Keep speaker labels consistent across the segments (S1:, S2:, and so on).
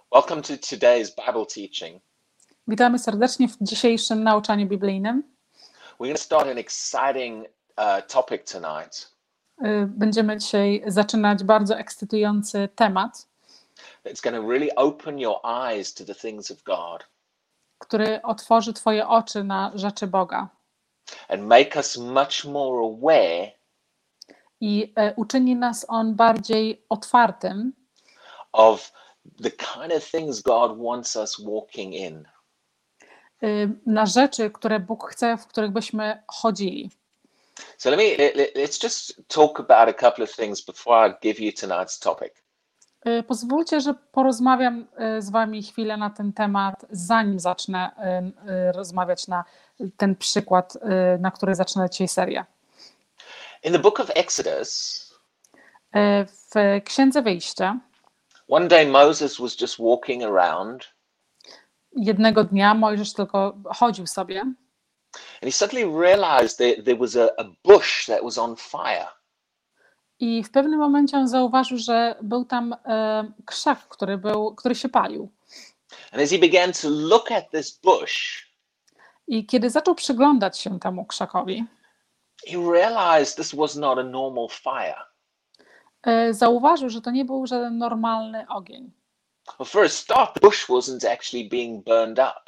S1: Welcome to today's Bible teaching.
S2: Witamy serdecznie w dzisiejszym nauczaniu biblijnym.
S1: We're going to start an exciting topic tonight.
S2: Będziemy dzisiaj zaczynać bardzo ekscytujący temat,
S1: It's going to really open your eyes to the things of God
S2: który otworzy twoje oczy na rzeczy Boga
S1: and make us much more aware
S2: i uczyni nas on bardziej otwartym
S1: of the kind of things God wants us walking in.
S2: na rzeczy, które Bóg chce, w których byśmy chodzili.
S1: So let's just talk about a couple of things before I give you tonight's topic.
S2: Pozwólcie, że porozmawiam z wami chwilę na ten temat, zanim zacznę rozmawiać na ten przykład, na który zacznę dzisiaj serię.
S1: In the book of Exodus,
S2: W Księdze Wyjścia
S1: one day Moses was just walking around
S2: jednego dnia Mojżesz tylko chodził sobie
S1: and he suddenly realized that there was a bush that was on fire.
S2: i w pewnym momencie on zauważył, że był tam krzak, który się palił.
S1: And as he began to look at this bush,
S2: I kiedy zaczął przyglądać się temu krzakowi,
S1: he realized this was not a normal fire.
S2: zauważył, że to nie był żaden normalny ogień.
S1: Well, for a start, the bush wasn't actually being burned up.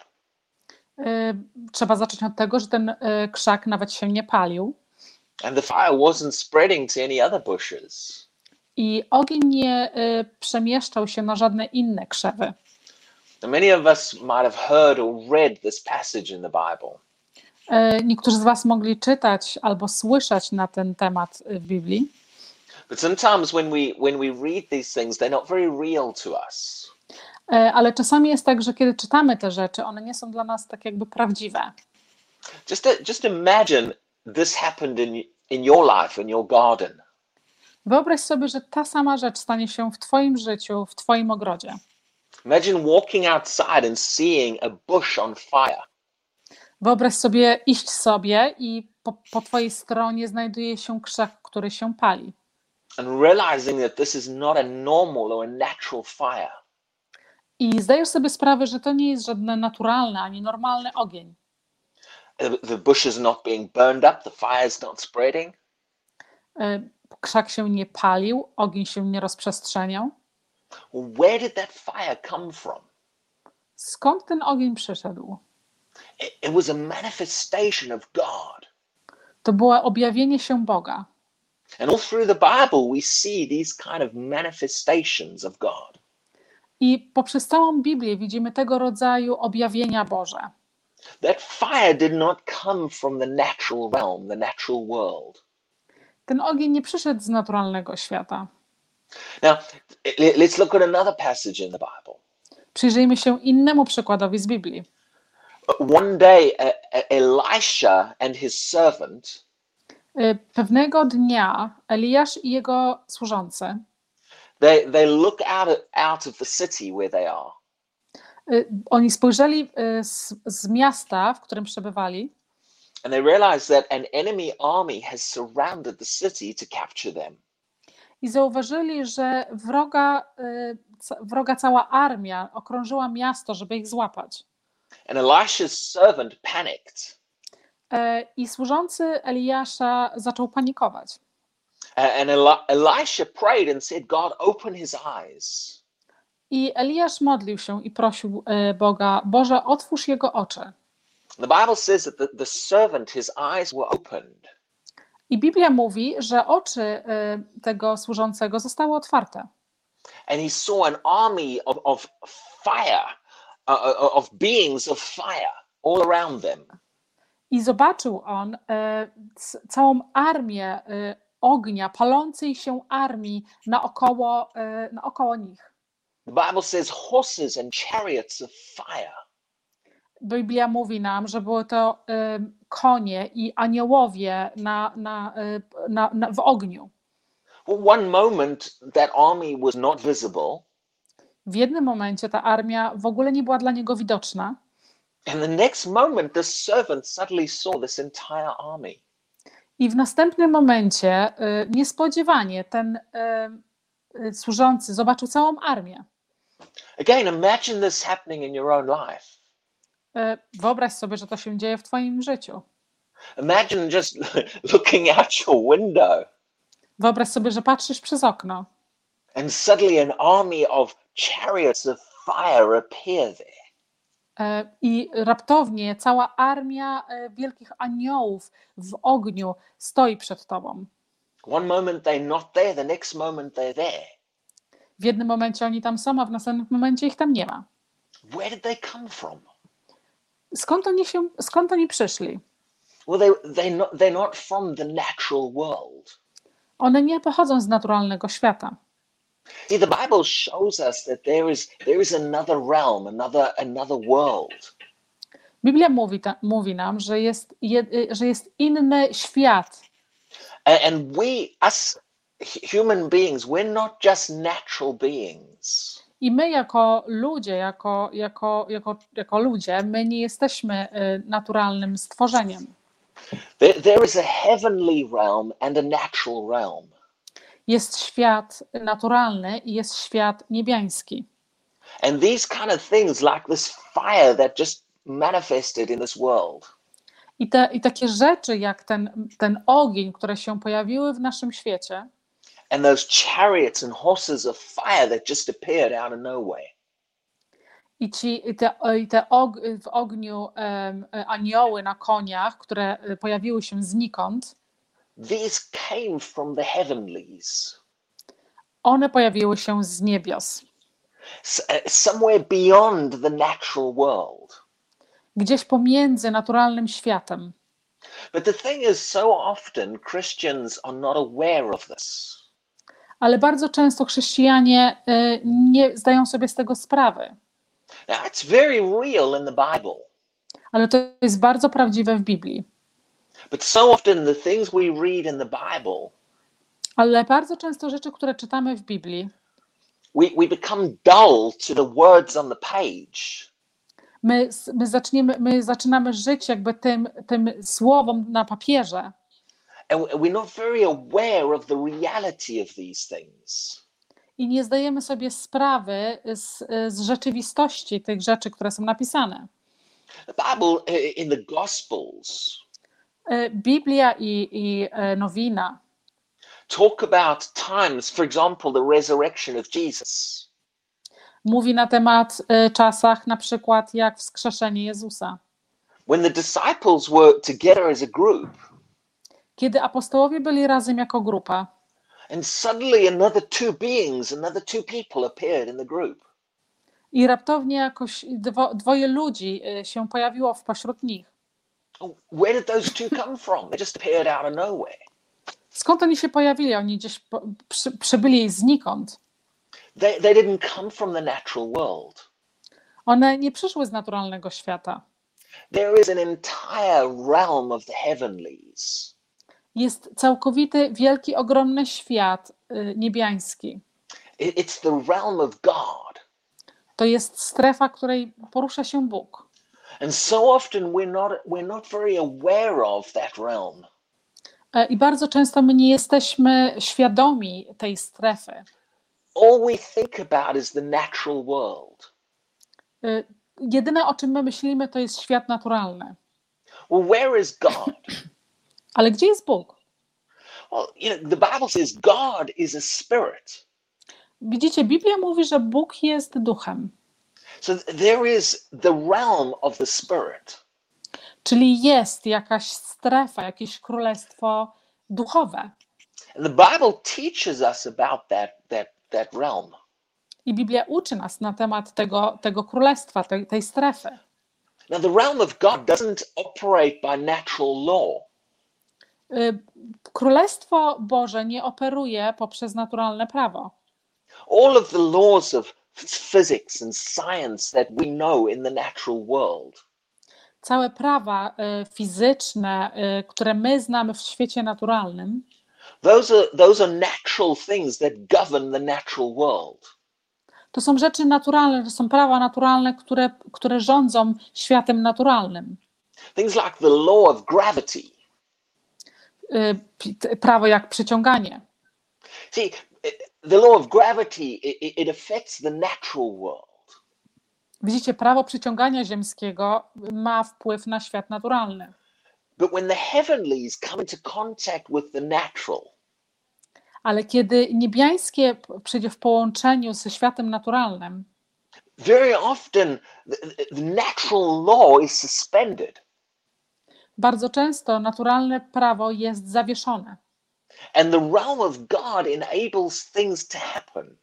S2: Trzeba zacząć od tego, że ten krzak nawet się nie palił
S1: And the fire wasn't spreading to any other bushes.
S2: i ogień nie przemieszczał się na żadne inne krzewy.
S1: And many of us might have heard or read this passage in the Bible.
S2: Niektórzy z was mogli czytać albo słyszeć na ten temat w Biblii.
S1: But sometimes when we read these things, they're not very real to us.
S2: Ale czasami jest tak, że kiedy czytamy te rzeczy, one nie są dla nas tak jakby prawdziwe.
S1: Just imagine this happened in your life, in your garden.
S2: Wyobraź sobie, że ta sama rzecz stanie się w twoim życiu, w twoim ogrodzie.
S1: Imagine walking outside and seeing a bush on fire.
S2: Wyobraź sobie iść sobie i po twojej stronie znajduje się krzak, który się pali.
S1: And realizing that this is not a normal or a natural fire.
S2: I zdajesz sobie sprawę, że to nie jest żadne naturalne ani normalny ogień.
S1: The bush is not being burned up, the fire is not spreading.
S2: Krzak się nie palił, ogień się nie rozprzestrzeniał.
S1: Where did that fire come from?
S2: Skąd ten ogień przyszedł?
S1: It was a manifestation of God.
S2: To było objawienie się Boga.
S1: And all through the Bible we see these kind of manifestations of God.
S2: I poprzez całą Biblię widzimy tego rodzaju objawienia Boże.
S1: That fire did not come from the natural realm, the natural world.
S2: Ten ogień nie przyszedł z naturalnego świata.
S1: Now, let's look at another passage in the Bible.
S2: Przyjrzyjmy się innemu przykładowi z Biblii.
S1: One day, Elisha and his servant
S2: Pewnego dnia Eliasz i jego służący
S1: they look out of the city where they are.
S2: oni spojrzeli z miasta, w którym przebywali,
S1: And they realize that an enemy army has surrounded the city to capture them.
S2: i zauważyli, że wroga cała armia okrążyła miasto, żeby ich złapać.
S1: And Elisha's servant panicked.
S2: I służący Eliasza zaczął panikować.
S1: And Elisha prayed and said, God, open his eyes.
S2: I Eliasz modlił się i prosił Boga, Boże, otwórz jego oczy.
S1: The Bible says that the servant, his eyes were opened.
S2: I Biblia mówi, że oczy tego służącego zostały otwarte.
S1: And he saw an army of fire, of beings of fire all around them.
S2: I zobaczył on całą armię ognia, palącej się armii naokoło nich.
S1: The Bible says horses and chariots of fire.
S2: Biblia mówi nam, że były to konie i aniołowie w ogniu.
S1: One moment that army was not visible.
S2: W jednym momencie ta armia w ogóle nie była dla niego widoczna.
S1: And the next moment the servant suddenly saw this entire army.
S2: I w następnym momencie niespodziewanie ten służący zobaczył całą armię.
S1: Again, imagine this happening in your own life.
S2: Wyobraź sobie, że to się dzieje w twoim życiu.
S1: Imagine just looking out your window
S2: Wyobraź sobie, że patrzysz przez okno
S1: and suddenly an army of chariots of fire appear there.
S2: i raptownie cała armia wielkich aniołów w ogniu stoi przed tobą.
S1: One moment they're not there, the next moment they're there.
S2: W jednym momencie oni tam są, a w następnym momencie ich tam nie ma.
S1: Where did they come from?
S2: Skąd oni przyszli?
S1: Well, they're not from the natural world.
S2: One nie pochodzą z naturalnego świata.
S1: See, the Bible shows us that there is another realm, another world.
S2: Biblia mówi nam, że jest inny świat.
S1: And us human beings, we're not just natural beings.
S2: I my jako ludzie, jako ludzie, my nie jesteśmy naturalnym stworzeniem.
S1: There is a heavenly realm and a natural realm.
S2: Jest świat naturalny i jest świat niebiański.
S1: And these kind of things, like this fire that just manifested in this world.
S2: I takie rzeczy jak ten ogień, które się pojawiły w naszym świecie,
S1: And those chariots and horses of fire that just appeared out of nowhere.
S2: w ogniu anioły na koniach, które pojawiły się znikąd,
S1: These came from the heavenlies.
S2: one pojawiły się z niebios.
S1: Somewhere beyond the natural world.
S2: Gdzieś pomiędzy naturalnym światem.
S1: But the thing is, so often Christians are not aware of this.
S2: Ale bardzo często chrześcijanie nie zdają sobie z tego sprawy.
S1: Now, it's very real in the Bible.
S2: Ale to jest bardzo prawdziwe w Biblii.
S1: But so often the things we read in the Bible,
S2: Ale bardzo często rzeczy, które czytamy w Biblii,
S1: we become dull to the words on the page.
S2: my zaczynamy żyć jakby tym słowom na papierze.
S1: And we're not very aware of the reality of these things.
S2: I nie zdajemy sobie sprawy z rzeczywistości tych rzeczy, które są napisane.
S1: The Bible in the Gospels
S2: Biblia i nowina
S1: talk about times, for example, the resurrection of Jesus.
S2: mówi na temat czasach, na przykład jak wskrzeszenie Jezusa.
S1: When the disciples were together as a group,
S2: Kiedy apostołowie byli razem jako grupa
S1: and suddenly another two people appeared in the group.
S2: i raptownie jakoś dwoje ludzi się pojawiło pośród nich.
S1: Where did those two come from? They just appeared out of nowhere.
S2: Skąd oni się pojawili? Oni gdzieś przybyli znikąd.
S1: They didn't come from the natural world.
S2: One nie przyszły z naturalnego świata.
S1: There is an entire realm of the heavenlies.
S2: Jest całkowity, wielki, ogromny świat niebiański.
S1: It's the realm of God.
S2: To jest strefa, w której porusza się Bóg.
S1: And so often we're not very aware of that realm.
S2: I bardzo często my nie jesteśmy świadomi tej strefy.
S1: All we think about is the natural world.
S2: Jedyne, o czym my myślimy, to jest świat naturalny.
S1: Well, where is God?
S2: Ale gdzie jest Bóg?
S1: Well, the Bible says God is a spirit.
S2: Widzicie, Biblia mówi, że Bóg jest duchem.
S1: So there is the realm of the spirit.
S2: Czyli jest jakaś strefa, jakieś królestwo duchowe.
S1: And the Bible teaches us about that realm.
S2: I Biblia uczy nas na temat tego królestwa, tej strefy.
S1: Now the realm of God doesn't operate by natural law.
S2: Królestwo Boże nie operuje poprzez naturalne prawo.
S1: All of the laws of physics and science that we know in the natural world.
S2: Całe prawa fizyczne, które my znamy w świecie naturalnym,
S1: those are natural things that govern the natural world.
S2: to są rzeczy naturalne, to są prawa naturalne, które rządzą światem naturalnym.
S1: Things like the law of gravity.
S2: Prawo jak przyciąganie.
S1: See, the law of gravity, it affects the natural world.
S2: Widzicie, prawo przyciągania ziemskiego ma wpływ na świat naturalny.
S1: But when the heavenlies come into contact with the natural,
S2: Ale kiedy niebiańskie przyjdzie w połączeniu ze światem naturalnym,
S1: very often the natural law is suspended.
S2: bardzo często naturalne prawo jest zawieszone.
S1: And the realm of God enables things to happen.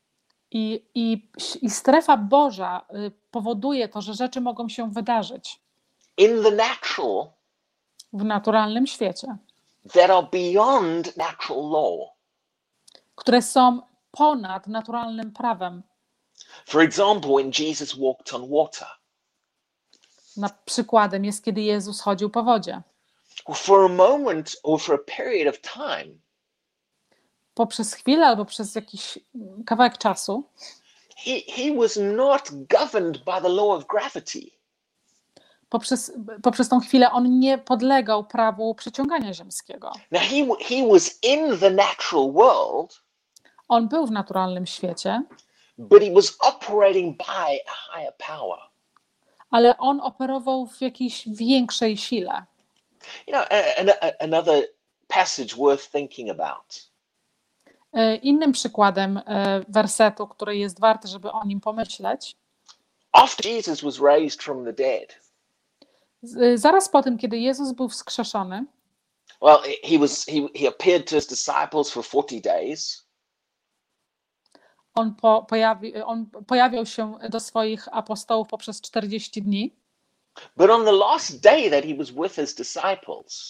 S2: I strefa Boża powoduje to, że rzeczy mogą się wydarzyć
S1: In the natural,
S2: w naturalnym świecie,
S1: that are beyond natural law.
S2: które są ponad naturalnym prawem.
S1: For example, when Jesus walked on water.
S2: Na przykładem jest, kiedy Jezus chodził po wodzie.
S1: For a moment or for a period of time,
S2: Poprzez chwilę albo przez jakiś kawałek czasu
S1: he was not governed by the law of gravity.
S2: poprzez tą chwilę on nie podlegał prawu przyciągania ziemskiego.
S1: Now he was in the natural world,
S2: On był w naturalnym świecie,
S1: but he was operating by a higher power.
S2: ale on operował w jakiejś większej sile.
S1: You know, another passage worth thinking about.
S2: Innym przykładem wersetu, który jest warty, żeby o nim pomyśleć,
S1: After Jesus was raised from the dead,
S2: zaraz po tym, kiedy Jezus był wskrzeszony,
S1: well, he appeared to his disciples for 40 days.
S2: on pojawiał się do swoich apostołów poprzez 40 dni,
S1: But on the last day that he was with his disciples,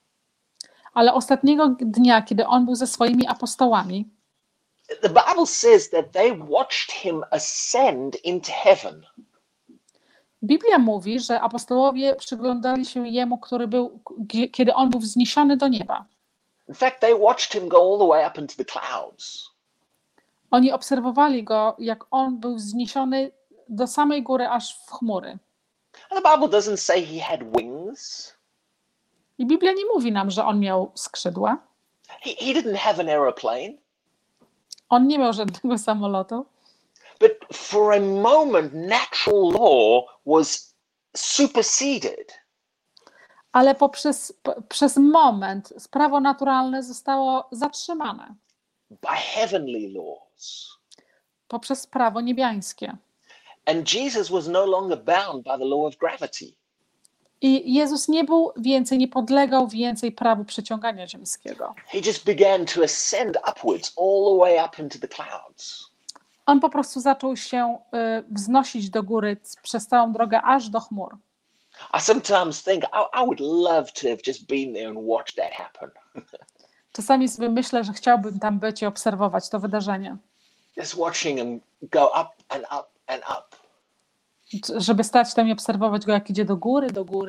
S2: ale ostatniego dnia, kiedy on był ze swoimi apostołami,
S1: the Bible says that they watched him ascend into heaven.
S2: Biblia mówi, że apostołowie przyglądali się jemu, kiedy on był wzniesiony do nieba.
S1: In fact, they watched him go all the way up into the clouds.
S2: Oni obserwowali go, jak on był wzniesiony do samej góry, aż w chmury.
S1: And the Bible doesn't say he had wings.
S2: I Biblia nie mówi nam, że on miał skrzydła.
S1: He didn't have an aeroplane.
S2: On nie miał żadnego samolotu.
S1: But for a moment, natural law was superseded.
S2: Ale przez moment prawo naturalne zostało zatrzymane
S1: By heavenly laws.
S2: poprzez prawo niebiańskie.
S1: And Jesus was no longer bound by the law of gravity.
S2: I Jezus nie podlegał więcej prawu przyciągania ziemskiego.
S1: He just began to ascend upwards all the way up into the clouds.
S2: On po prostu zaczął się wznosić do góry przez całą drogę aż do chmur.
S1: I sometimes think I would love to have just been there and watched that happen.
S2: Czasami sobie myślę, że chciałbym tam być i obserwować to wydarzenie.
S1: Just watching him go up and up and up.
S2: Żeby stać tam i obserwować go, jak idzie do góry.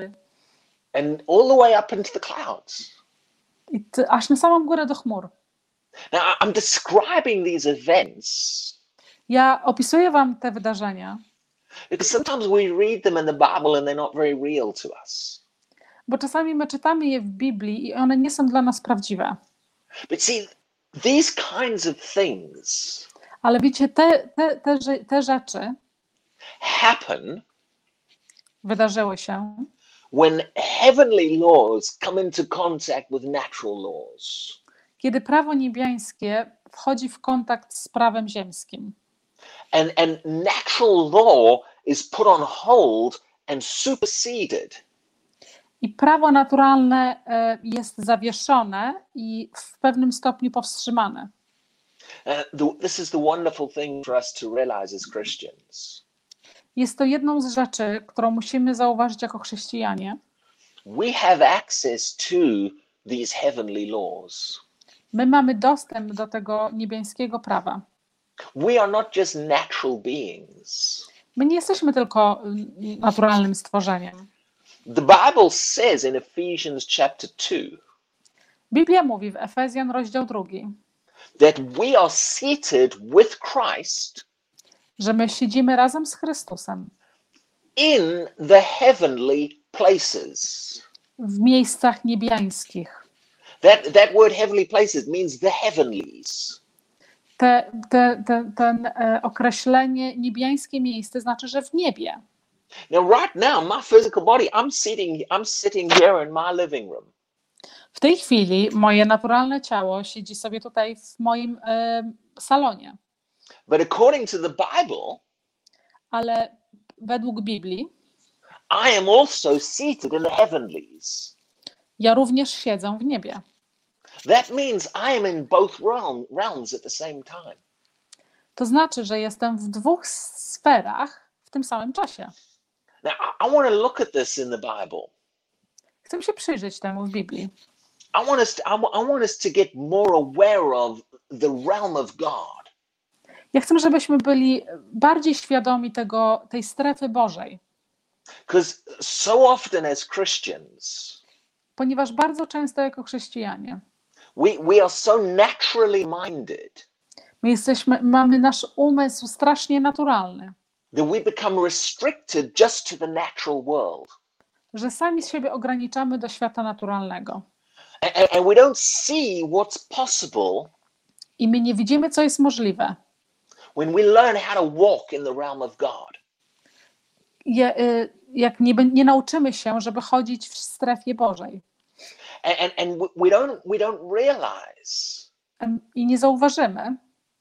S1: And all the way up into the clouds.
S2: Aż na samą górę do chmur.
S1: Now I'm describing these events
S2: Ja opisuję wam te wydarzenia,
S1: because sometimes we read them in the Bible and they're not very real to us.
S2: bo czasami my czytamy je w Biblii i one nie są dla nas prawdziwe.
S1: But see, these kinds of things
S2: Ale wiecie, te rzeczy
S1: happen
S2: wydarzyły się,
S1: when heavenly laws come into contact with natural laws.
S2: kiedy prawo niebiańskie wchodzi w kontakt z prawem ziemskim.
S1: And natural law is put on hold and superseded.
S2: I prawo naturalne jest zawieszone i w pewnym stopniu powstrzymane.
S1: This is the wonderful thing for us to realize as Christians.
S2: Jest to jedną z rzeczy, którą musimy zauważyć jako chrześcijanie.
S1: We have access to these heavenly laws.
S2: My mamy dostęp do tego niebiańskiego prawa.
S1: We are not just natural beings.
S2: My nie jesteśmy tylko naturalnym stworzeniem.
S1: The Bible says in Ephesians chapter 2
S2: Biblia mówi w Efezjan rozdział 2,
S1: that we are seated with Christ
S2: że my siedzimy razem z Chrystusem
S1: in the heavenly places.
S2: w miejscach niebiańskich.
S1: That word heavenly places means the heavenlies.
S2: Ten określenie niebiańskie miejsce znaczy, że w niebie.
S1: Now, right now, my physical body, I'm sitting here in my living room.
S2: W tej chwili moje naturalne ciało siedzi sobie tutaj w moim salonie.
S1: But according to the Bible,
S2: Ale według Biblii
S1: I am also seated in the heavenlies.
S2: ja również siedzę w niebie.
S1: That means I am in both realms at the same time.
S2: To znaczy, że jestem w dwóch sferach w tym samym czasie.
S1: Now, I want to look at this in the Bible.
S2: Chcę się przyjrzeć temu w Biblii.
S1: I want us to get more aware of the realm of God.
S2: Ja chcę, żebyśmy byli bardziej świadomi tej strefy Bożej.
S1: Because so often as Christians,
S2: Ponieważ bardzo często jako chrześcijanie
S1: we are so naturally minded
S2: mamy nasz umysł strasznie naturalny,
S1: that we become restricted just to the natural world.
S2: że sami z siebie ograniczamy do świata naturalnego.
S1: And we don't see what's possible
S2: I my nie widzimy, co jest możliwe.
S1: when we learn how to walk in the realm of God.
S2: Jak nie nauczymy się, żeby chodzić w strefie Bożej.
S1: And we don't realize
S2: I nie zauważymy,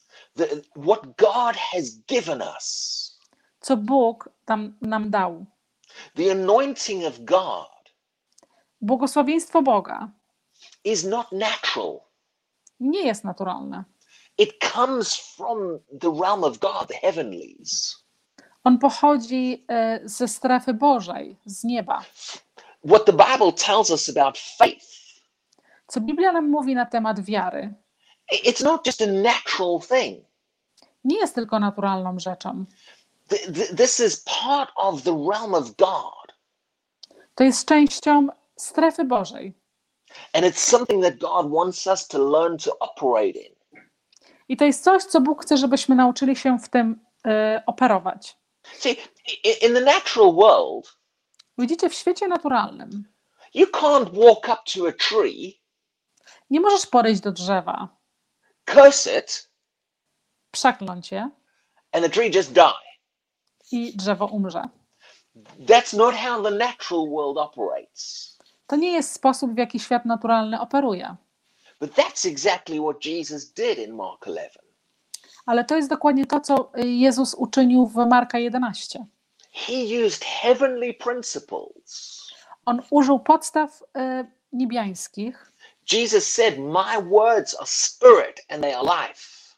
S1: what God has given us.
S2: co Bóg nam dał.
S1: The anointing of God
S2: Błogosławieństwo Boga
S1: is not natural.
S2: nie jest naturalne.
S1: It comes from the realm of God, the heavenlies.
S2: On pochodzi ze strefy Bożej, z nieba.
S1: What the Bible tells us about faith,
S2: Co Biblia nam mówi na temat wiary,
S1: it's not just a natural thing.
S2: nie jest tylko naturalną rzeczą.
S1: This is part of the realm of God.
S2: To jest częścią strefy Bożej.
S1: And it's something that God wants us to learn to operate in.
S2: I to jest coś, co Bóg chce, żebyśmy nauczyli się w tym operować.
S1: See, in the natural world,
S2: Widzicie, w świecie naturalnym
S1: you can't walk up to a tree,
S2: nie możesz podejść do drzewa,
S1: curse it,
S2: przekląć je
S1: and the tree just die.
S2: i drzewo umrze.
S1: That's not how the natural world operates.
S2: To nie jest sposób, w jaki świat naturalny operuje.
S1: But that's exactly what Jesus did in Mark 11.
S2: Ale to jest dokładnie to, co Jezus uczynił w Marka 11.
S1: He used heavenly principles.
S2: On użył podstaw niebiańskich.
S1: Jesus said, "My words are spirit and they are life."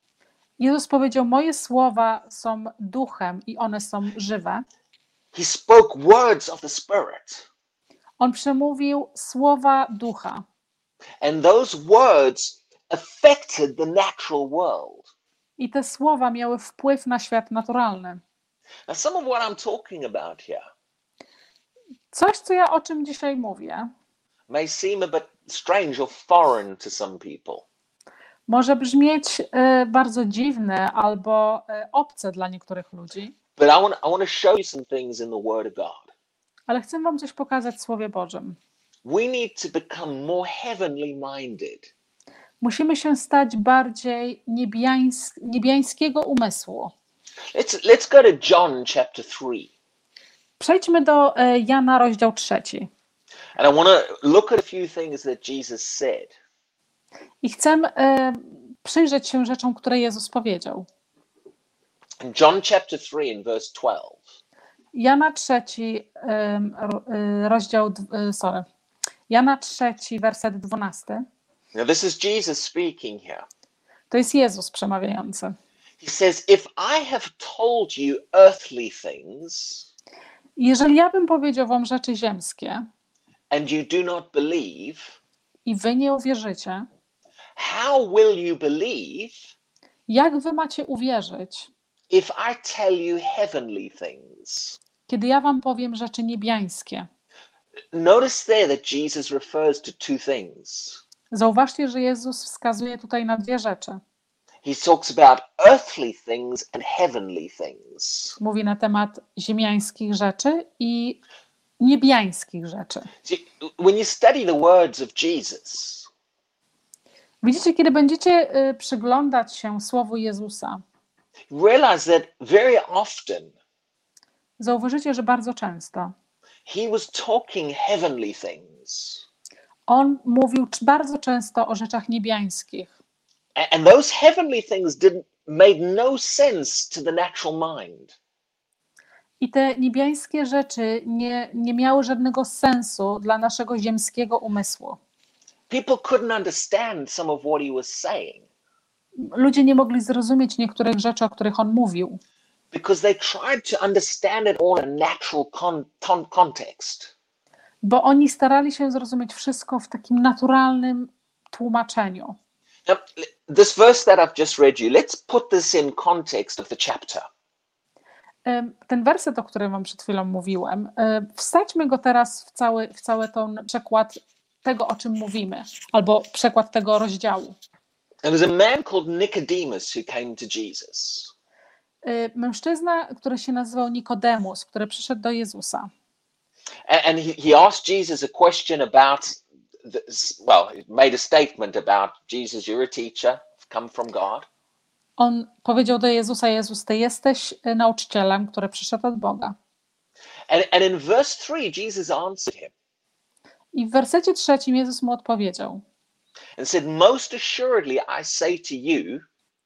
S2: Jezus powiedział, moje słowa są duchem i one są żywe.
S1: He spoke words of the spirit.
S2: On przemówił słowa ducha.
S1: And those words affected the natural world.
S2: I te słowa miały wpływ na świat naturalny.
S1: Now, some of what I'm talking about here
S2: Coś, o czym dzisiaj mówię,
S1: may seem a bit strange or foreign to some people.
S2: może brzmieć bardzo dziwne albo obce dla niektórych ludzi.
S1: But I want to show you some things in the Word of God.
S2: Ale chcę wam coś pokazać w Słowie Bożym.
S1: We need to become more heavenly minded.
S2: Musimy się stać bardziej niebiańskiego umysłu.
S1: Let's go to John chapter 3.
S2: Przejdźmy do Jana, rozdział 3.
S1: And I want to look at a few things that Jesus said.
S2: I chcę przyjrzeć się rzeczom, które Jezus powiedział.
S1: In John chapter 3 and verse 12.
S2: Jana 3, Jana 3, werset 12.
S1: Now this is Jesus speaking here.
S2: To jest Jezus przemawiający.
S1: He says, "If I have told you earthly things,
S2: Jeżeli ja bym powiedział wam rzeczy ziemskie
S1: and you do not believe,
S2: i wy nie uwierzycie,
S1: how will you believe
S2: jak wy macie uwierzyć,
S1: if I tell you heavenly things?"
S2: kiedy ja wam powiem rzeczy niebiańskie?
S1: Notice there that Jesus refers to two things.
S2: Zauważcie, że Jezus wskazuje tutaj na dwie rzeczy.
S1: He talks about earthly things and heavenly things.
S2: Mówi na temat ziemiańskich rzeczy i niebiańskich rzeczy.
S1: See, when you study the words of Jesus,
S2: Widzicie, kiedy będziecie przyglądać się Słowu Jezusa,
S1: realize that very often
S2: zauważycie, że bardzo często
S1: he was talking heavenly things.
S2: On mówił bardzo często o rzeczach niebiańskich.
S1: And those heavenly things made no sense to the natural mind.
S2: I te niebiańskie rzeczy nie miały żadnego sensu dla naszego ziemskiego umysłu.
S1: People couldn't understand some of what he was saying.
S2: Ludzie nie mogli zrozumieć niektórych rzeczy, o których on mówił.
S1: Because they tried to understand it all in a natural context.
S2: Bo oni starali się zrozumieć wszystko w takim naturalnym tłumaczeniu.
S1: Now, this verse that I've just read you, let's put this in context of the chapter.
S2: Ten werset, o którym wam przed chwilą mówiłem, wsadźmy go teraz w cały ten przekład tego, o czym mówimy, albo przekład tego rozdziału.
S1: There was a man called Nicodemus who came to Jesus.
S2: Mężczyzna, który się nazywał Nikodemus, który przyszedł do Jezusa.
S1: And he asked Jesus a question about, he made a statement about Jesus, you're a teacher, you've come from God.
S2: On powiedział do Jezusa: Jezus, ty jesteś nauczycielem, który przyszedł od Boga.
S1: And in verse 3, Jesus answered him
S2: I w wersecie 3 Jezus mu odpowiedział:
S1: and said, most assuredly I say to you,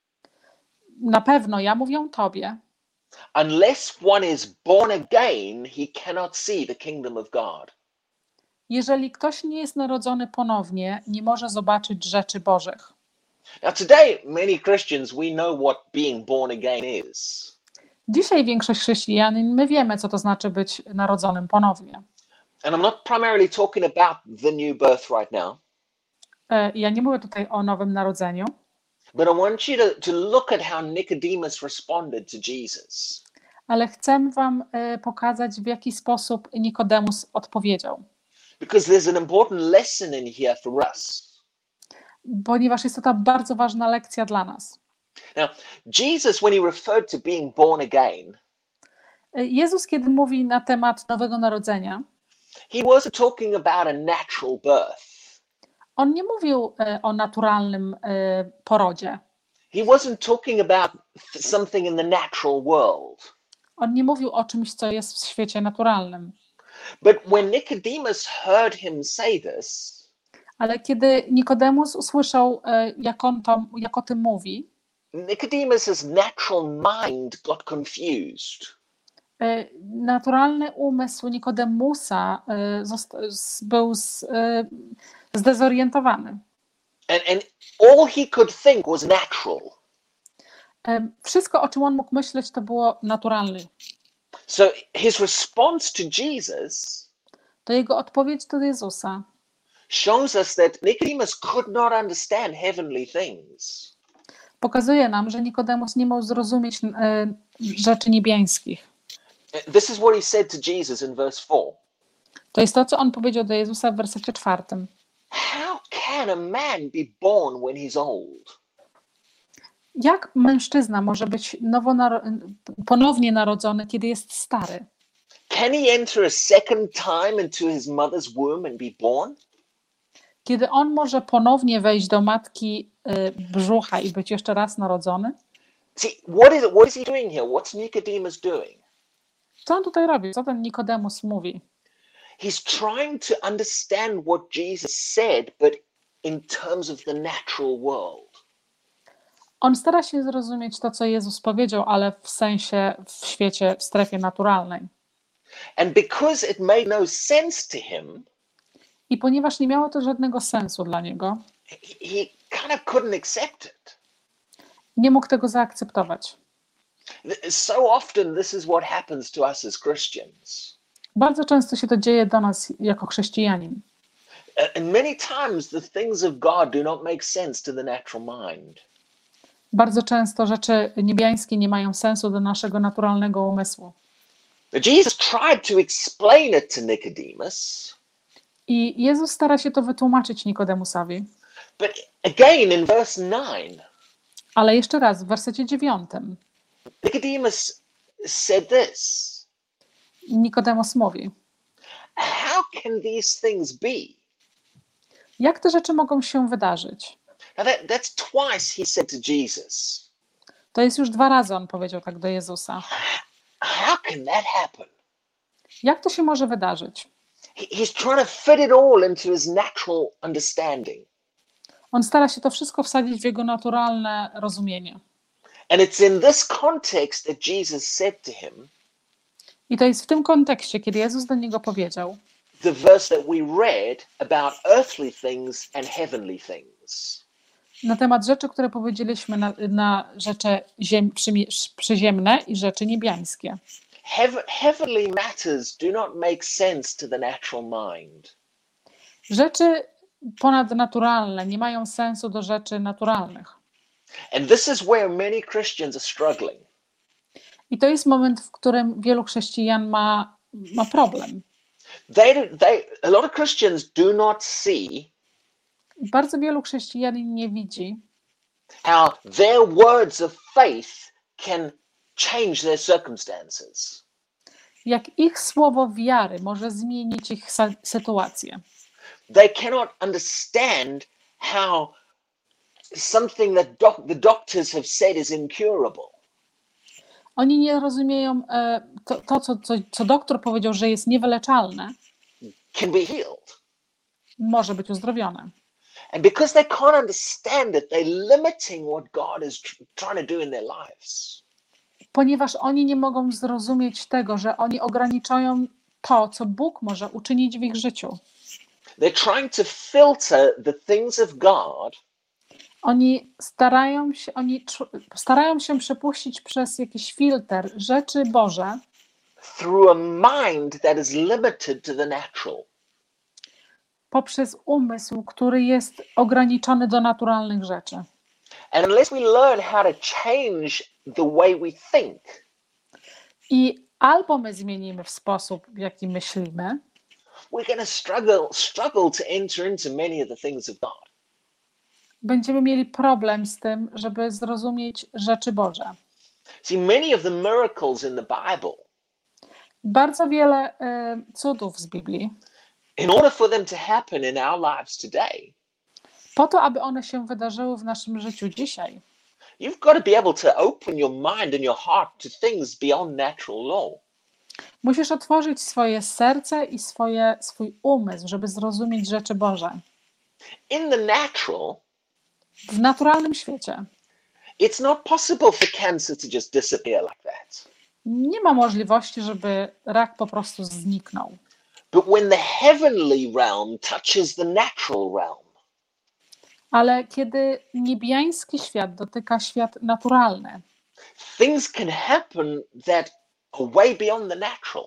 S2: na pewno ja mówię tobie,
S1: unless one is born again, he cannot see the kingdom of God.
S2: jeżeli ktoś nie jest narodzony ponownie, nie może zobaczyć rzeczy Bożych.
S1: Now today, many Christians, we know what being born again is.
S2: Dzisiaj większość chrześcijanin, my wiemy, co to znaczy być narodzonym ponownie.
S1: And I'm not primarily talking about the new birth right now.
S2: Ja nie mówię tutaj o nowym narodzeniu,
S1: But I want you to look at how Nicodemus responded to Jesus.
S2: ale chcę wam pokazać, w jaki sposób Nikodemus odpowiedział.
S1: Because there's an important lesson in here for us.
S2: Ponieważ jest to ta bardzo ważna lekcja dla nas.
S1: Now, Jesus, when he referred to being born again,
S2: Jezus, kiedy mówi na temat nowego narodzenia,
S1: he wasn't talking about a natural birth.
S2: on nie mówił o naturalnym porodzie.
S1: He wasn't talking about something in the natural world.
S2: On nie mówił o czymś, co jest w świecie naturalnym.
S1: But when Nicodemus heard him say this,
S2: Ale kiedy Nikodemus usłyszał, jak o tym mówi,
S1: Nicodemus's natural mind got confused.
S2: naturalny umysł Nikodemusa był zdezorientowany.
S1: And all he could think was natural.
S2: Wszystko, o czym on mógł myśleć, to było naturalne.
S1: So his response to Jesus
S2: To jego odpowiedź do Jezusa
S1: shows us that Nicodemus could not understand heavenly things.
S2: pokazuje nam, że Nikodemus nie mógł zrozumieć rzeczy niebiańskich.
S1: This is what he said to Jesus in verse 4.
S2: To jest to, co on powiedział do Jezusa w wersecie 4.
S1: How can a man be born when he's old?
S2: Jak mężczyzna może być ponownie narodzony, kiedy jest stary?
S1: Can he enter a second time into his mother's womb and be born?
S2: Kiedy on może ponownie wejść do matki brzucha i być jeszcze raz narodzony?
S1: See, what is he doing here? What's Nicodemus doing?
S2: Co on tutaj robi? Co ten Nikodemus mówi?
S1: He's trying to understand what Jesus said, but in terms of the natural world.
S2: On stara się zrozumieć to, co Jezus powiedział, ale w sensie, w świecie, w strefie naturalnej.
S1: And because it made no sense to him,
S2: I ponieważ nie miało to żadnego sensu dla niego,
S1: he kind of couldn't accept it.
S2: nie mógł tego zaakceptować.
S1: So often this is what happens to us as Christians.
S2: Bardzo często się to dzieje do nas jako chrześcijanin.
S1: And many times the things of God do not make sense to the natural mind.
S2: Bardzo często rzeczy niebiańskie nie mają sensu do naszego naturalnego umysłu.
S1: Jesus tried to explain it to Nicodemus.
S2: I Jezus stara się to wytłumaczyć Nikodemusowi.
S1: But again in verse 9,
S2: Ale jeszcze raz, w wersecie 9
S1: Nicodemus said this.
S2: Nikodemus mówi:
S1: How can these things be?
S2: jak te rzeczy mogą się wydarzyć?
S1: Now that's twice he said to Jesus.
S2: To jest już 2 razy on powiedział tak do Jezusa.
S1: How can that happen?
S2: Jak to się może wydarzyć?
S1: He's trying to fit it all into his natural understanding.
S2: On stara się to wszystko wsadzić w jego naturalne rozumienie.
S1: And it's in this context that Jesus said to him,
S2: I to jest w tym kontekście, kiedy Jezus do niego powiedział,
S1: the verse that we read about earthly things and heavenly things.
S2: na temat rzeczy, które powiedzieliśmy, na rzeczy przyziemne i rzeczy niebiańskie.
S1: Heavenly matters do not make sense to the natural mind.
S2: Rzeczy ponadnaturalne nie mają sensu do rzeczy naturalnych.
S1: And this is where many Christians are struggling.
S2: I to jest moment, w którym wielu chrześcijan ma problem.
S1: A lot of Christians do not see
S2: Bardzo wielu chrześcijanin nie widzi,
S1: how their words of faith can change their circumstances.
S2: jak ich słowo wiary może zmienić ich sytuację.
S1: They cannot understand how something that the doctors have said is incurable.
S2: Oni nie rozumieją co doktor powiedział, że jest niewyleczalne,
S1: Can be healed.
S2: może być uzdrowione.
S1: And because they can't understand it, they're limiting what God is trying to do in their lives.
S2: Ponieważ oni nie mogą zrozumieć tego, że oni ograniczają to, co Bóg może uczynić w ich życiu.
S1: They're trying to filter the things of God
S2: Oni starają się przepuścić przez jakiś filtr rzeczy Boże
S1: through a mind that is limited to the natural.
S2: poprzez umysł, który jest ograniczony do naturalnych rzeczy.
S1: And unless we learn how to change the way we think,
S2: I albo my zmienimy w sposób, w jaki myślimy,
S1: we're going to struggle to enter into many of the things of God.
S2: będziemy mieli problem z tym, żeby zrozumieć rzeczy Boże.
S1: See, many of the miracles in the Bible,
S2: Bardzo wiele cudów z Biblii,
S1: in order for them to happen in our lives today,
S2: po to, aby one się wydarzyły w naszym życiu dzisiaj,
S1: you've got to be able to open your mind and your heart to things beyond natural law.
S2: musisz otworzyć swoje serce i swój umysł, żeby zrozumieć rzeczy Boże.
S1: In the natural,
S2: W naturalnym świecie
S1: it's not possible for cancer to just disappear like that.
S2: nie ma możliwości, żeby rak po prostu zniknął.
S1: But when the heavenly realm touches the natural realm,
S2: Ale kiedy niebiański świat dotyka świat naturalny,
S1: things can happen that are way beyond the natural.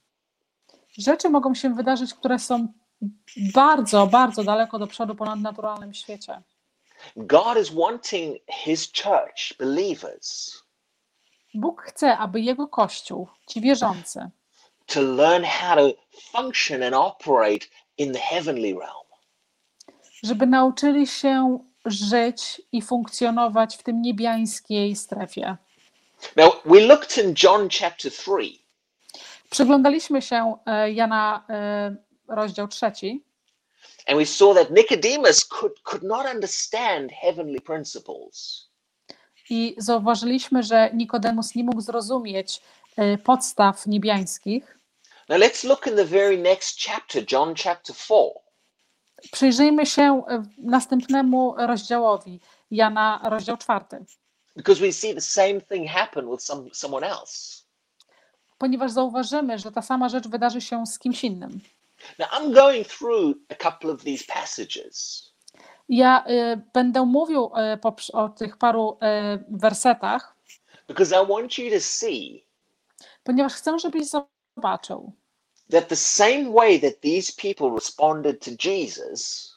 S2: rzeczy mogą się wydarzyć, które są bardzo, bardzo daleko do przodu po nadnaturalnym świecie.
S1: God is wanting his church, believers,
S2: Bóg chce, aby Jego Kościół, ci wierzący,
S1: to learn how to function and operate in the heavenly realm.
S2: żeby nauczyli się żyć i funkcjonować w tym niebiańskiej strefie.
S1: Now, we looked in John chapter 3,
S2: Przyglądaliśmy się Jana rozdział 3
S1: and we saw that Nicodemus could not understand heavenly principles.
S2: i zauważyliśmy, że Nikodemus nie mógł zrozumieć podstaw niebiańskich.
S1: Now, let's look in the very next chapter, John chapter 4.
S2: Przyjrzyjmy się następnemu rozdziałowi, Jana rozdział 4,
S1: Because we see the same thing happen with someone else.
S2: ponieważ zauważymy, że ta sama rzecz wydarzy się z kimś innym.
S1: Now, I'm going through a couple of these passages,
S2: Ja będę mówił o tych paru wersetach,
S1: because I want you to see
S2: ponieważ chcę, żebyś zobaczył,
S1: that the same way that these people responded to Jesus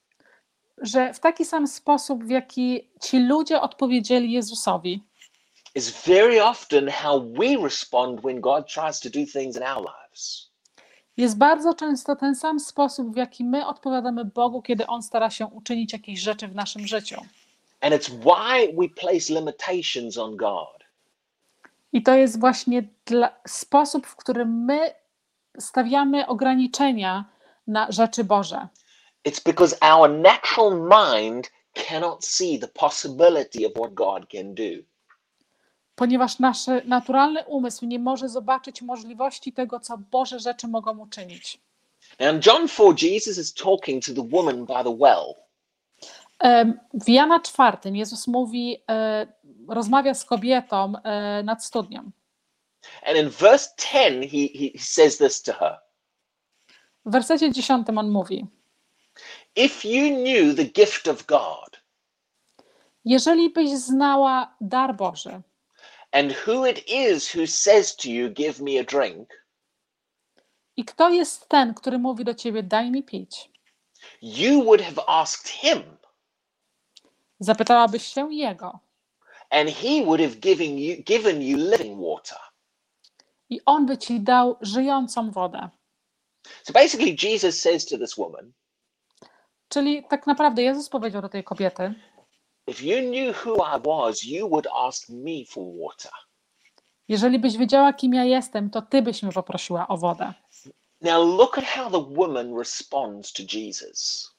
S2: że w taki sam sposób, w jaki ci ludzie odpowiedzieli Jezusowi,
S1: is very often how we respond when God tries to do things in our lives.
S2: jest bardzo często ten sam sposób, w jaki my odpowiadamy Bogu, kiedy On stara się uczynić jakieś rzeczy w naszym życiu.
S1: And it's why we place limitations on God.
S2: I to jest właśnie sposób, w którym my stawiamy ograniczenia na rzeczy Boże.
S1: It's because our natural mind cannot see the possibility of what God can do.
S2: Ponieważ nasz naturalny umysł nie może zobaczyć możliwości tego, co Boże rzeczy mogą uczynić.
S1: Now in John 4, Jesus is talking to the woman by the well.
S2: W Jana 4 Jezus mówi, rozmawia z kobietą nad studnią.
S1: And in verse 10, he says this to her.
S2: W wersecie 10 on mówi:
S1: If you knew the gift of God
S2: jeżeli byś znała dar Boży
S1: and who it is who says to you, give me a drink,
S2: i kto jest ten, który mówi do ciebie, daj mi pić,
S1: you would have asked him,
S2: zapytałabyś się Jego
S1: and he would have given you living water.
S2: i On by ci dał żyjącą wodę.
S1: So basically Jesus says to this woman,
S2: Czyli tak naprawdę Jezus powiedział do tej kobiety:
S1: if you knew who I was, you would ask me for water.
S2: jeżeli byś wiedziała, kim ja jestem, to ty byś mnie poprosiła o wodę.
S1: Now look at how the woman responds to Jesus.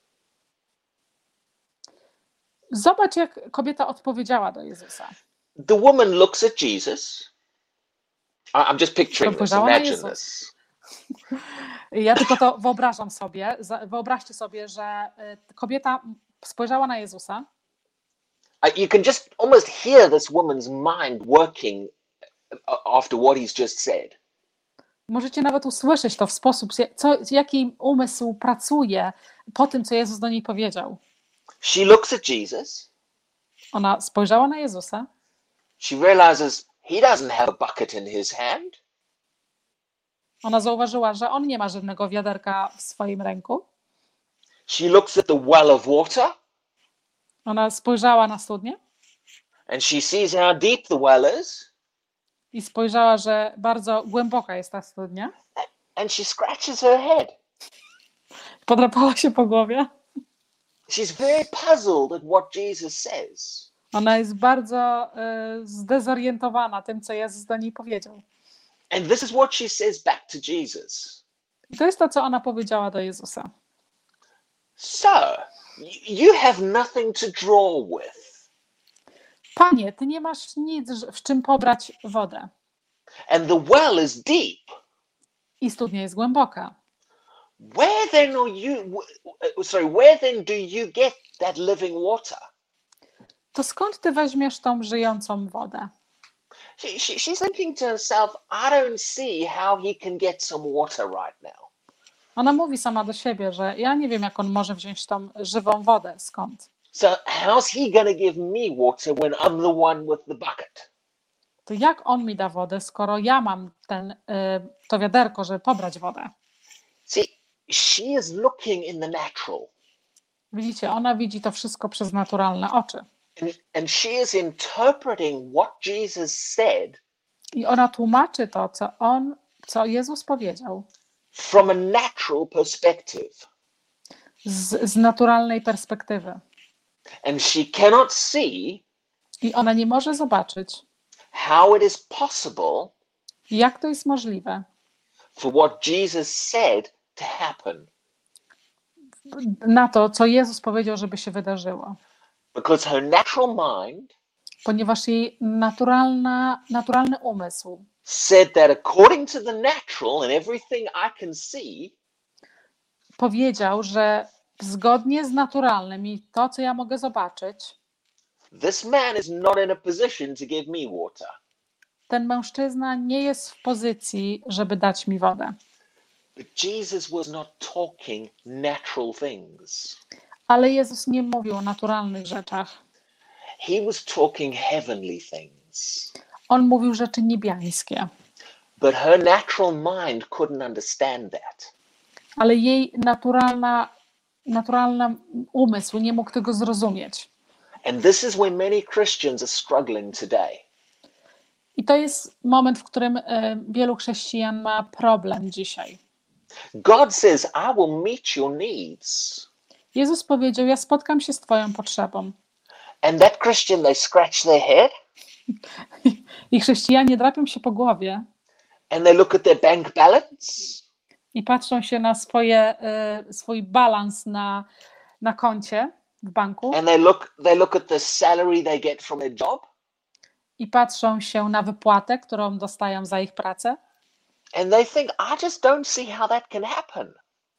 S2: Zobacz, jak kobieta odpowiedziała do Jezusa.
S1: The woman looks at Jesus. I'm just picturing this, imagine this.
S2: Ja tylko to wyobrażam sobie. Wyobraźcie sobie, że kobieta spojrzała na Jezusa.
S1: You can just almost hear this woman's mind working after what he's just said.
S2: Możecie nawet usłyszeć to w sposób, jaki umysł pracuje po tym, co Jezus do niej powiedział.
S1: She looks at Jesus.
S2: Ona spojrzała na Jezusa.
S1: She realizes he doesn't have a bucket in his hand.
S2: Ona zauważyła, że on nie ma żadnego wiaderka w swoim ręku.
S1: She looks at the well of water.
S2: Ona spojrzała na studnię.
S1: And she sees how deep the well is.
S2: I spojrzała, że bardzo głęboka jest ta studnia.
S1: And she scratches her head.
S2: Podrapała się po głowie.
S1: She's very puzzled at what Jesus says.
S2: Ona jest bardzo zdezorientowana tym, co Jezus do niej powiedział.
S1: And this is what she says back to Jesus.
S2: I to jest to, co ona powiedziała do Jezusa.
S1: Sir, you have nothing to draw with.
S2: Panie, ty nie masz nic, w czym pobrać wodę.
S1: And the well is deep.
S2: I studnia jest głęboka.
S1: Where then do you get that living water?
S2: To skąd ty weźmiesz tą żyjącą wodę?
S1: She's thinking to herself, I don't see how he can get some water right now.
S2: Ona mówi sama do siebie, że ja nie wiem, jak on może wziąć tą żywą wodę. Skąd?
S1: So how's he going to give me water when I'm the one with the bucket?
S2: To jak on mi da wodę, skoro ja mam to wiaderko, żeby pobrać wodę?
S1: See, she is looking in the natural.
S2: Widzicie, ona widzi to wszystko przez naturalne oczy.
S1: And she is interpreting what Jesus said.
S2: I ona tłumaczy to, co Jezus powiedział.
S1: From a natural perspective.
S2: Z naturalnej perspektywy.
S1: And she cannot see.
S2: I ona nie może zobaczyć,
S1: how it is possible.
S2: Jak to jest możliwe.
S1: For what Jesus said to happen.
S2: Na to, co Jezus powiedział, żeby się wydarzyło.
S1: Because her natural mind.
S2: Ponieważ jej naturalny umysł
S1: said that according to the natural and everything I can see,
S2: powiedział, że zgodnie z naturalnym i to, co ja mogę zobaczyć,
S1: this man is not in a position to give me water.
S2: Ten mężczyzna nie jest w pozycji, żeby dać mi wodę.
S1: But Jesus was not talking natural things.
S2: Ale Jezus nie mówił o naturalnych rzeczach.
S1: He was talking heavenly things.
S2: On mówił rzeczy niebiańskie.
S1: But her natural mind couldn't understand that.
S2: Ale jej naturalny umysł nie mógł tego zrozumieć.
S1: And this is where many Christians are struggling today.
S2: I to jest moment, w którym wielu chrześcijan ma problem dzisiaj.
S1: God says, I will meet your needs.
S2: Jezus powiedział, ja spotkam się z twoją potrzebą.
S1: And that Christian, they scratch their head.
S2: I chrześcijanie drapią się po głowie.
S1: And they look at their bank balance.
S2: I patrzą się na swój balans na koncie. w banku
S1: and they look at the salary they get from their job,
S2: i patrzą się na wypłatę, którą dostają za ich pracę
S1: and they think, I just don't see how that can happen.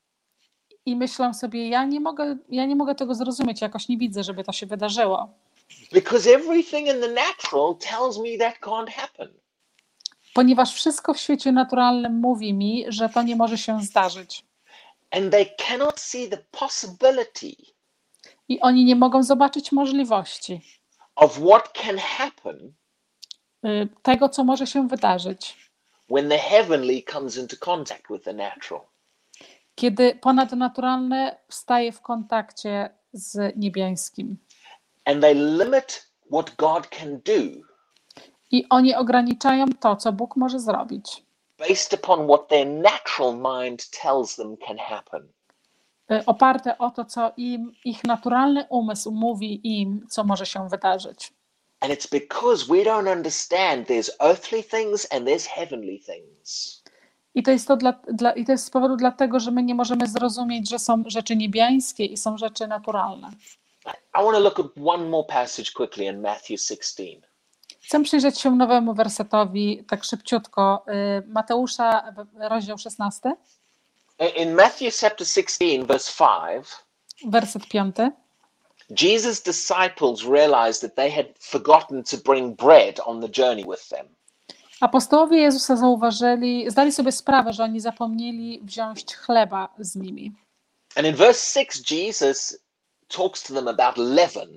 S2: i myślą sobie, ja nie mogę tego zrozumieć, jakoś nie widzę, żeby to się wydarzyło.
S1: Because everything in the natural tells me that can't happen.
S2: Ponieważ wszystko w świecie naturalnym mówi mi, że to nie może się zdarzyć.
S1: And they cannot see the possibility
S2: I oni nie mogą zobaczyć możliwości
S1: of what can happen
S2: tego, co może się wydarzyć,
S1: when the heavenly comes into contact with the natural.
S2: kiedy ponadnaturalne staje w kontakcie z niebiańskim.
S1: And they limit what God can do
S2: I oni ograniczają to, co Bóg może zrobić,
S1: based upon what their natural mind tells them can happen.
S2: oparte o to, co ich naturalny umysł mówi im, co może się wydarzyć.
S1: And it's because we don't understand there's earthly things and there's heavenly things.
S2: I to jest i to jest z powodu dlatego, że my nie możemy zrozumieć, że są rzeczy niebiańskie i są rzeczy naturalne.
S1: I want to look at one more passage quickly in Matthew 16.
S2: Chcę przyjrzeć się nowemu wersetowi tak szybciutko. Mateusza, rozdział 16.
S1: In Matthew chapter 16, verse 5,
S2: Werset 5.
S1: Jesus' disciples realized that they had forgotten to bring bread on the journey with them.
S2: Apostołowie Jezusa zdali sobie sprawę, że oni zapomnieli wziąć chleba z nimi.
S1: And in verse 6, Jesus talks to them about leaven.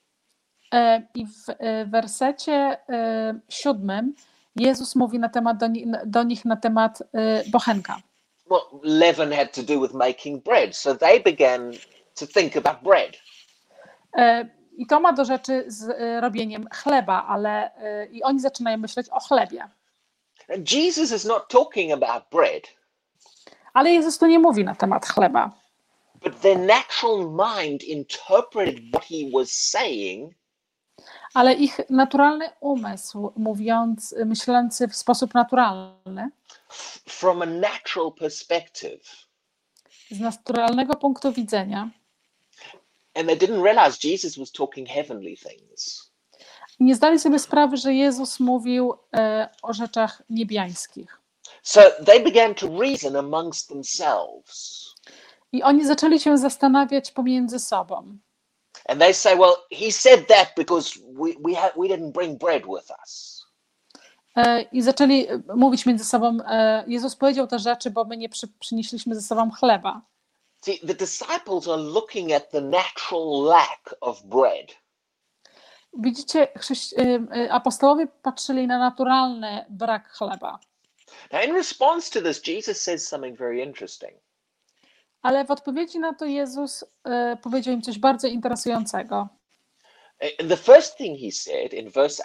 S2: I w wersecie 7 Jezus mówi do nich na temat bochenka.
S1: Well, leaven had to do with making bread, so they began to think about bread.
S2: I to ma do rzeczy z robieniem chleba, ale i oni zaczynają myśleć o chlebie.
S1: And Jesus is not talking about bread,
S2: Ale Jezus tu nie mówi na temat chleba.
S1: but their natural mind interpreted what he was saying
S2: Ale ich naturalny umysł, myślący w sposób naturalny,
S1: from a natural perspective.
S2: z naturalnego punktu widzenia,
S1: And they didn't realize Jesus was talking heavenly things.
S2: nie zdali sobie sprawy, że Jezus mówił o rzeczach niebiańskich.
S1: So they began to reason amongst themselves.
S2: I oni zaczęli się zastanawiać pomiędzy sobą.
S1: And they say, well, he said that because we didn't bring bread with us.
S2: I zaczęli mówić między sobą, Jezus powiedział te rzeczy, bo my nie przynieśliśmy ze sobą chleba.
S1: See, the disciples are looking at the natural lack of bread.
S2: Widzicie, apostołowie patrzyli na naturalny brak chleba.
S1: Now, in response to this, Jesus says something very interesting.
S2: Ale w odpowiedzi na to Jezus powiedział im coś bardzo interesującego.
S1: The first thing he said in verse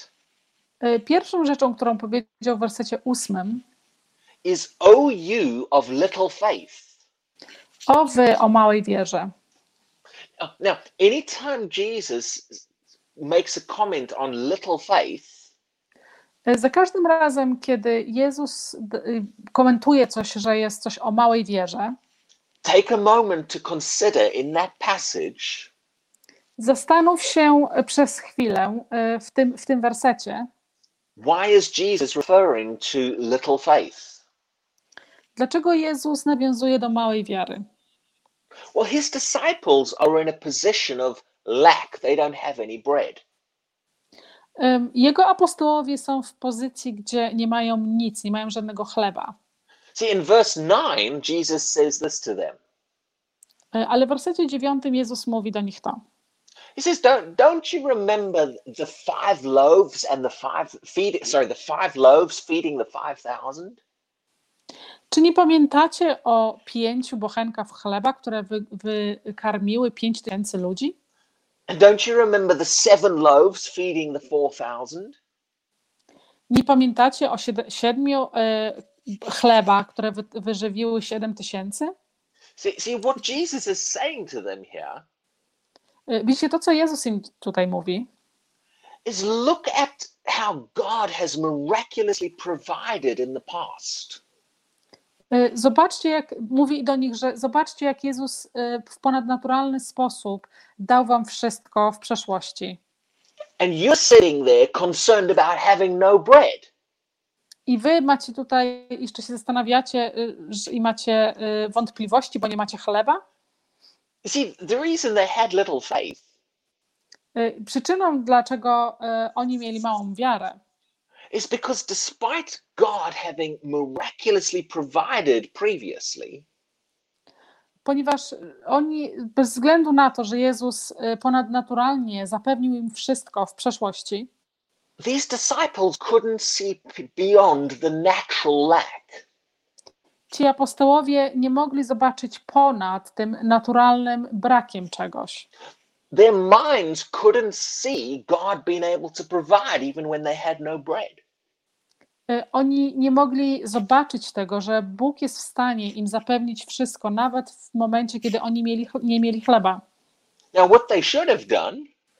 S1: 8
S2: Pierwszą rzeczą, którą powiedział w wersecie 8,
S1: is, O you of little faith.
S2: o wy o małej wierze.
S1: Now, anytime Jesus makes a comment on little faith,
S2: Za każdym razem, kiedy Jezus komentuje coś, że jest coś o małej wierze,
S1: take a moment to consider in that passage
S2: zastanów się przez chwilę w tym wersecie,
S1: why is Jesus referring to little faith?
S2: dlaczego Jezus nawiązuje do małej wiary.
S1: Well, his disciples are in a position of lack. They don't have any bread.
S2: Jego apostołowie są w pozycji, gdzie nie mają nic, nie mają żadnego chleba.
S1: See, in verse 9, Jesus says this to them.
S2: Ale w wersecie 9 Jezus mówi do nich to.
S1: He says, don't you remember the five loaves and the five loaves feeding the 5,000?
S2: Czy nie pamiętacie o 5 bochenkach chleba, które wykarmiły 5,000 ludzi?
S1: And don't you remember the 7 loaves feeding the 4,000?
S2: Nie pamiętacie o 7 chleba, które wyżywiły 7,000?
S1: See, what Jesus is saying to them here
S2: Widzicie, to co Jezus im tutaj mówi,
S1: is look at how God has miraculously provided in the past.
S2: Zobaczcie, jak mówi do nich, że zobaczcie, jak Jezus w ponadnaturalny sposób dał wam wszystko w przeszłości.
S1: And you're sitting there concerned about having no bread.
S2: I wy macie tutaj, jeszcze się zastanawiacie i macie wątpliwości, bo nie macie chleba.
S1: You see, the reason they had little faith
S2: Przyczyną, dlaczego oni mieli małą wiarę,
S1: is because despite God having miraculously provided previously,
S2: ponieważ oni, bez względu na to, że Jezus ponadnaturalnie zapewnił im wszystko w przeszłości,
S1: these disciples couldn't see beyond the natural lack.
S2: ci apostołowie nie mogli zobaczyć ponad tym naturalnym brakiem czegoś.
S1: Their minds couldn't see God being able to provide even when they had no bread.
S2: Oni nie mogli zobaczyć tego, że Bóg jest w stanie im zapewnić wszystko, nawet w momencie, kiedy oni nie mieli chleba.
S1: Now, what they should have done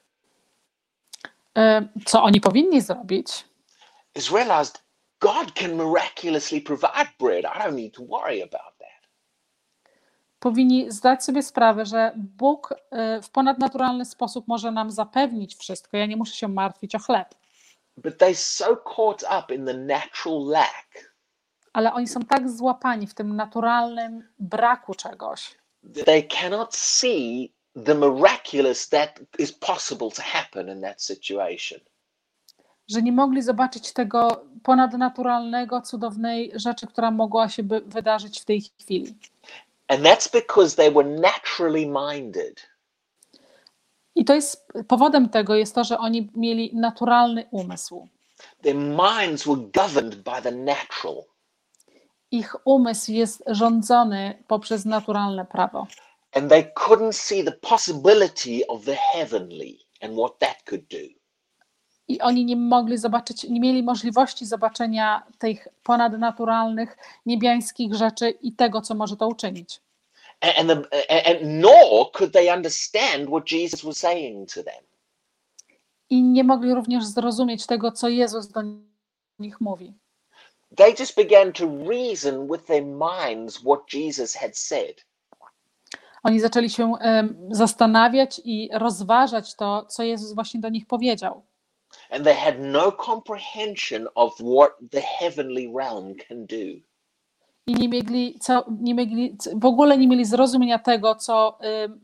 S2: Co oni powinni zrobić?
S1: is realized God can miraculously provide bread. I don't need to worry about that.
S2: Powinni zdać sobie sprawę, że Bóg w ponadnaturalny sposób może nam zapewnić wszystko. Ja nie muszę się martwić o chleb.
S1: But they so caught up in the natural lack
S2: Ale oni są tak złapani w tym naturalnym braku czegoś,
S1: that they cannot see the miraculous that is possible to happen in that situation.
S2: że nie mogli zobaczyć tego ponadnaturalnego, cudownej rzeczy, która mogła się wydarzyć w tej chwili.
S1: And that's because they were naturally minded.
S2: I to jest powodem tego jest to, że oni mieli naturalny umysł.
S1: Their minds were governed by the natural.
S2: Ich umysł jest rządzony poprzez naturalne prawo.
S1: And they couldn't see the possibility of the heavenly and what that could do.
S2: I oni nie mogli zobaczyć, nie mieli możliwości zobaczenia tych ponadnaturalnych, niebiańskich rzeczy i tego, co może to uczynić.
S1: And nor could they understand what Jesus was saying to them.
S2: I nie mogli również zrozumieć tego, co Jezus do nich mówi.
S1: They just began to reason with their minds what Jesus had said.
S2: Oni zaczęli się zastanawiać i rozważać to, co Jezus właśnie do nich powiedział.
S1: And they had no comprehension of what the heavenly realm can do.
S2: I w ogóle nie mieli zrozumienia tego, co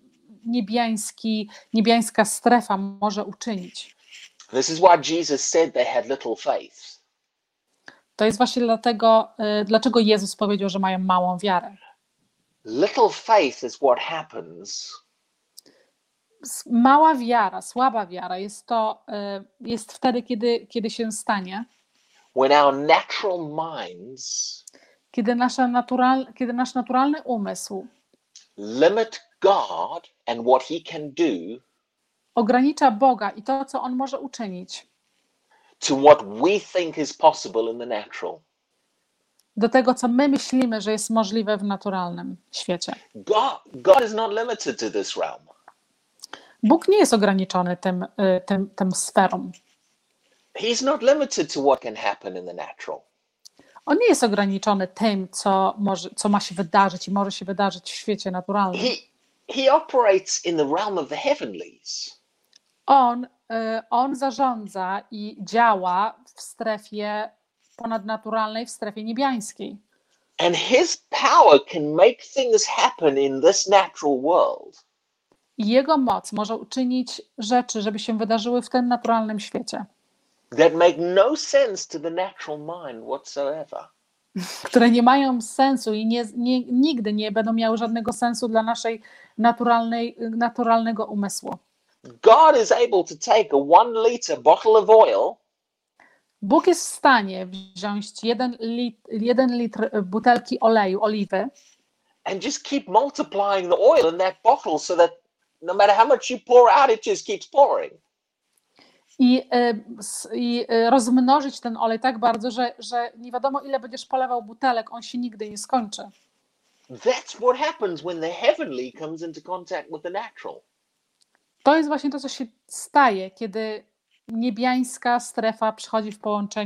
S2: niebiańska strefa może uczynić.
S1: This is why Jesus said they had little faith.
S2: To jest właśnie dlaczego Jezus powiedział, że mają małą wiarę.
S1: Little faith is what happens
S2: Mała wiara, słaba wiara jest wtedy, kiedy się stanie,
S1: when our natural minds
S2: kiedy nasz naturalny umysł
S1: limit God and what he can do
S2: ogranicza Boga i to, co On może uczynić,
S1: to what we think is possible in the natural.
S2: do tego, co my myślimy, że jest możliwe w naturalnym świecie.
S1: God is not limited to this realm.
S2: Bóg nie jest ograniczony tym sferą.
S1: He's not limited to what can happen in the natural.
S2: On nie jest ograniczony tym, co ma się wydarzyć i może się wydarzyć w świecie naturalnym.
S1: He operates in the realm of the heavenlies.
S2: On zarządza i działa w strefie ponadnaturalnej, w strefie niebiańskiej.
S1: And his power can make things happen in this natural world.
S2: I jego moc może uczynić rzeczy, żeby się wydarzyły w tym naturalnym świecie,
S1: That make no sense to the natural mind whatsoever.
S2: które nie mają sensu i nigdy nie będą miały żadnego sensu dla naszej naturalnego umysłu.
S1: God is able to take a 1 liter bottle of oil
S2: Bóg jest w stanie wziąć 1 litr butelki oleju, oliwy
S1: and just keep multiplying the oil in that bottle so that no matter how much you pour out, it just keeps pouring.
S2: i rozmnożyć ten olej tak bardzo, że nie wiadomo, ile będziesz polewał butelek, on się nigdy nie skończy.
S1: That's what happens when the heavenly comes into contact with the natural.
S2: To jest właśnie to, co się staje, kiedy niebiańska strefa przychodzi w połączenie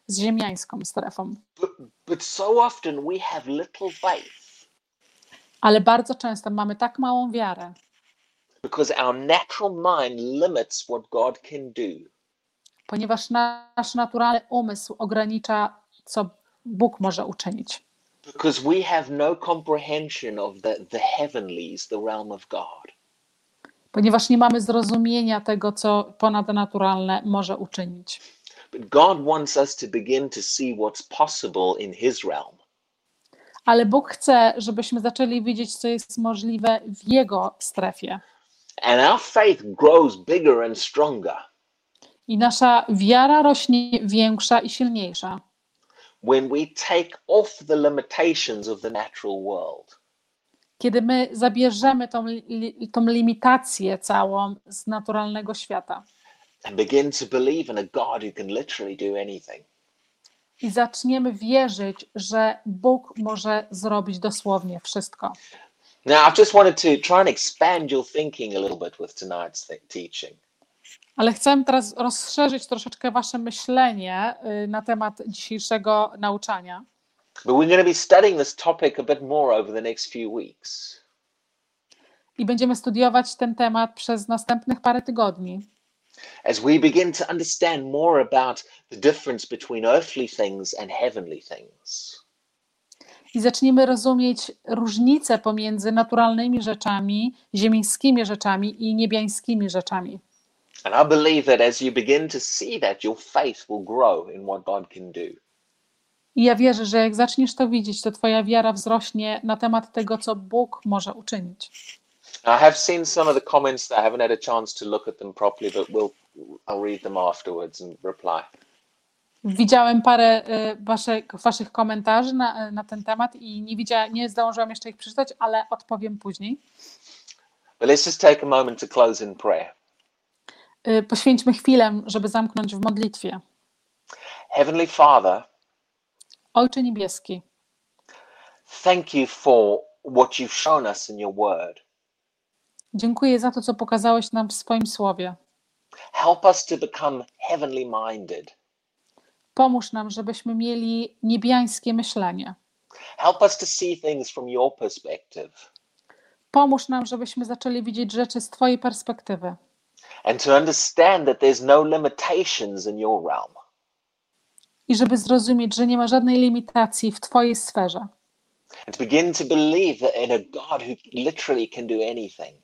S2: z ziemiańską strefą.
S1: But so often we have little faith
S2: Ale bardzo często mamy tak małą wiarę,
S1: because our natural mind limits what God can do.
S2: ponieważ nasz naturalny umysł ogranicza, co Bóg może uczynić.
S1: Because we have no comprehension of the heavenlies, the realm of God.
S2: Ponieważ nie mamy zrozumienia tego, co ponadnaturalne może uczynić.
S1: But God wants us to begin to see what's possible in His realm.
S2: Ale Bóg chce, żebyśmy zaczęli widzieć, co jest możliwe w Jego strefie.
S1: And our faith grows bigger and stronger
S2: I nasza wiara rośnie większa i silniejsza,
S1: when we take off the limitations of the natural world.
S2: kiedy my zabierzemy tą limitację całą z naturalnego świata
S1: And begin to believe in a God who can literally do anything.
S2: i zaczniemy wierzyć, że Bóg może zrobić dosłownie wszystko.
S1: Now, I've just wanted to try and expand your thinking a little bit with tonight's teaching.
S2: Ale chcę teraz rozszerzyć troszeczkę wasze myślenie na temat dzisiejszego nauczania.
S1: But we're going to be studying this topic a bit more over the next few weeks.
S2: I będziemy studiować ten temat przez następnych parę tygodni.
S1: As we begin to understand more about the difference between earthly things and heavenly things.
S2: I zaczniemy rozumieć różnicę pomiędzy naturalnymi rzeczami, ziemskimi rzeczami i niebiańskimi rzeczami.
S1: And I believe that as you begin to see that, your faith will grow in what God can do.
S2: I ja wierzę, że jak zaczniesz to widzieć, to twoja wiara wzrośnie na temat tego, co Bóg może uczynić.
S1: I have seen some of the comments that I haven't had a chance to look at them properly, but I'll read them afterwards and reply.
S2: Widziałem parę waszych komentarzy na ten temat i nie zdążyłam jeszcze ich przeczytać, ale odpowiem później.
S1: But let's just take a moment to close in prayer.
S2: Poświęćmy chwilę, żeby zamknąć w modlitwie.
S1: Heavenly Father,
S2: Ojcze Niebieski,
S1: thank you for what you've shown us in your word.
S2: dziękuję za to, co pokazałeś nam w swoim słowie.
S1: Help us to become heavenly minded.
S2: Pomóż nam, żebyśmy mieli niebiańskie myślenie.
S1: Help us to see things from your perspective
S2: Pomóż nam, żebyśmy zaczęli widzieć rzeczy z twojej perspektywy.
S1: and to understand that there's no limitations in your realm.
S2: I żeby zrozumieć, że nie ma żadnej limitacji w twojej sferze.
S1: And to begin to believe that in a God who literally can do anything.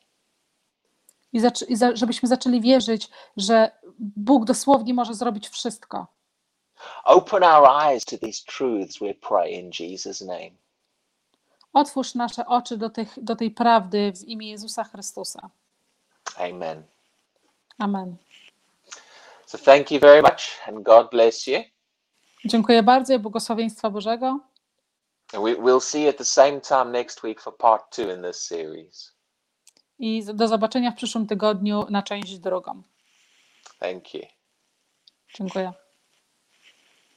S2: Żebyśmy zaczęli wierzyć, że Bóg dosłownie może zrobić wszystko.
S1: Open our eyes to these truths, we pray in Jesus' name.
S2: Otwórz nasze oczy do tej prawdy w imię Jezusa Chrystusa.
S1: Amen.
S2: Amen.
S1: So thank you very much and God bless you.
S2: Dziękuję bardzo i błogosławieństwa Bożego.
S1: We'll see you at the same time next week for part 2 in this series.
S2: I do zobaczenia w przyszłym tygodniu na część drugą.
S1: Thank you.
S2: Dziękuję.